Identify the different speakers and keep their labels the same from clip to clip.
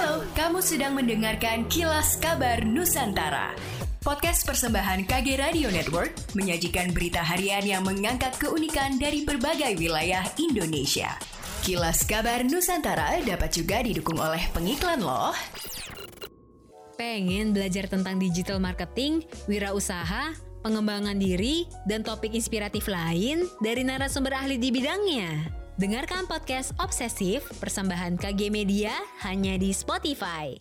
Speaker 1: Halo, kamu sedang mendengarkan Kilas Kabar Nusantara. Podcast persembahan KG Radio Network menyajikan berita harian yang mengangkat keunikan dari berbagai wilayah Indonesia. Kilas Kabar Nusantara dapat juga didukung oleh pengiklan loh.
Speaker 2: Pengen belajar tentang digital marketing, wirausaha, pengembangan diri, dan topik inspiratif lain dari narasumber ahli di bidangnya? Dengarkan podcast Obsesif persembahan KG Media hanya di Spotify.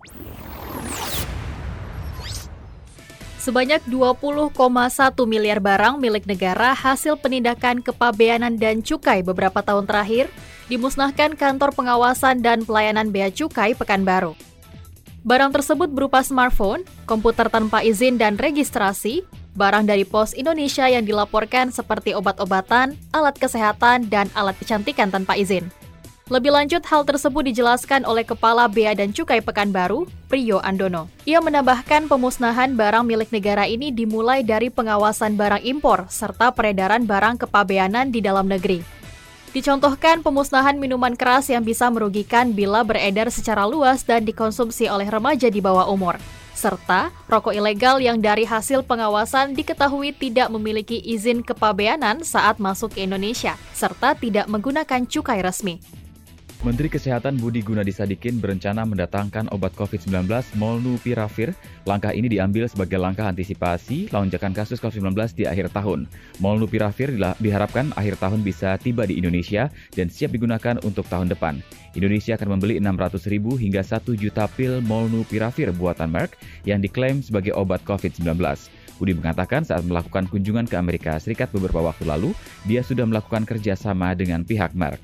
Speaker 3: Sebanyak 20,1 miliar barang milik negara hasil penindakan kepabeanan dan cukai beberapa tahun terakhir dimusnahkan Kantor Pengawasan dan Pelayanan Bea Cukai Pekanbaru. Barang tersebut berupa smartphone, komputer tanpa izin dan registrasi, barang dari Pos Indonesia yang dilaporkan seperti obat-obatan, alat kesehatan, dan alat kecantikan tanpa izin. Lebih lanjut, hal tersebut dijelaskan oleh Kepala Bea dan Cukai Pekanbaru, Priyo Andono. Ia menambahkan pemusnahan barang milik negara ini dimulai dari pengawasan barang impor serta peredaran barang kepabeanan di dalam negeri. Dicontohkan pemusnahan minuman keras yang bisa merugikan bila beredar secara luas dan dikonsumsi oleh remaja di bawah umur. Serta rokok ilegal yang dari hasil pengawasan diketahui tidak memiliki izin kepabeanan saat masuk ke Indonesia, serta tidak menggunakan cukai resmi.
Speaker 4: Menteri Kesehatan Budi Gunadi Sadikin berencana mendatangkan obat COVID-19 Molnupiravir. Langkah ini diambil sebagai langkah antisipasi lonjakan kasus COVID-19 di akhir tahun. Molnupiravir diharapkan akhir tahun bisa tiba di Indonesia dan siap digunakan untuk tahun depan. Indonesia akan membeli 600.000 hingga 1 juta pil Molnupiravir buatan Merck yang diklaim sebagai obat COVID-19. Budi mengatakan saat melakukan kunjungan ke Amerika Serikat beberapa waktu lalu, dia sudah melakukan kerjasama dengan pihak Merck.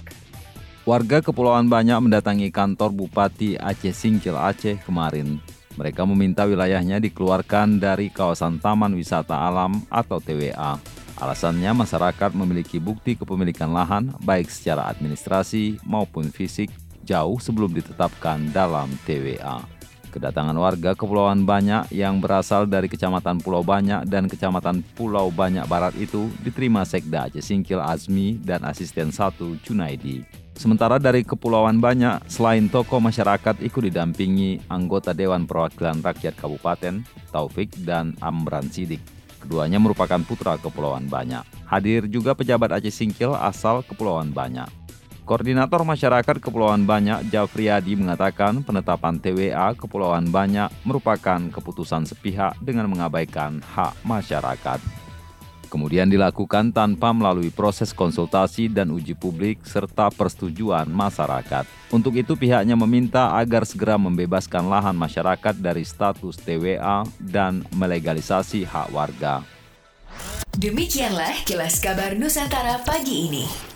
Speaker 5: Warga Kepulauan Banyak mendatangi kantor Bupati Aceh Singkil Aceh kemarin. Mereka meminta wilayahnya dikeluarkan dari kawasan Taman Wisata Alam atau TWA. Alasannya masyarakat memiliki bukti kepemilikan lahan baik secara administrasi maupun fisik jauh sebelum ditetapkan dalam TWA. Kedatangan warga Kepulauan Banyak yang berasal dari Kecamatan Pulau Banyak dan Kecamatan Pulau Banyak Barat itu diterima Sekda Aceh Singkil Azmi dan Asisten 1 Junaidi. Sementara dari Kepulauan Banyak, selain tokoh masyarakat ikut didampingi anggota Dewan Perwakilan Rakyat Kabupaten, Taufik dan Amran Sidik. Keduanya merupakan putra Kepulauan Banyak. Hadir juga pejabat Aceh Singkil asal Kepulauan Banyak. Koordinator Masyarakat Kepulauan Banyak, Jafriyadi, mengatakan penetapan TWA Kepulauan Banyak merupakan keputusan sepihak dengan mengabaikan hak masyarakat. Kemudian dilakukan tanpa melalui proses konsultasi dan uji publik serta persetujuan masyarakat. Untuk itu pihaknya meminta agar segera membebaskan lahan masyarakat dari status TWA dan melegalisasi hak warga.
Speaker 1: Demikianlah Kilas Kabar Nusantara pagi ini.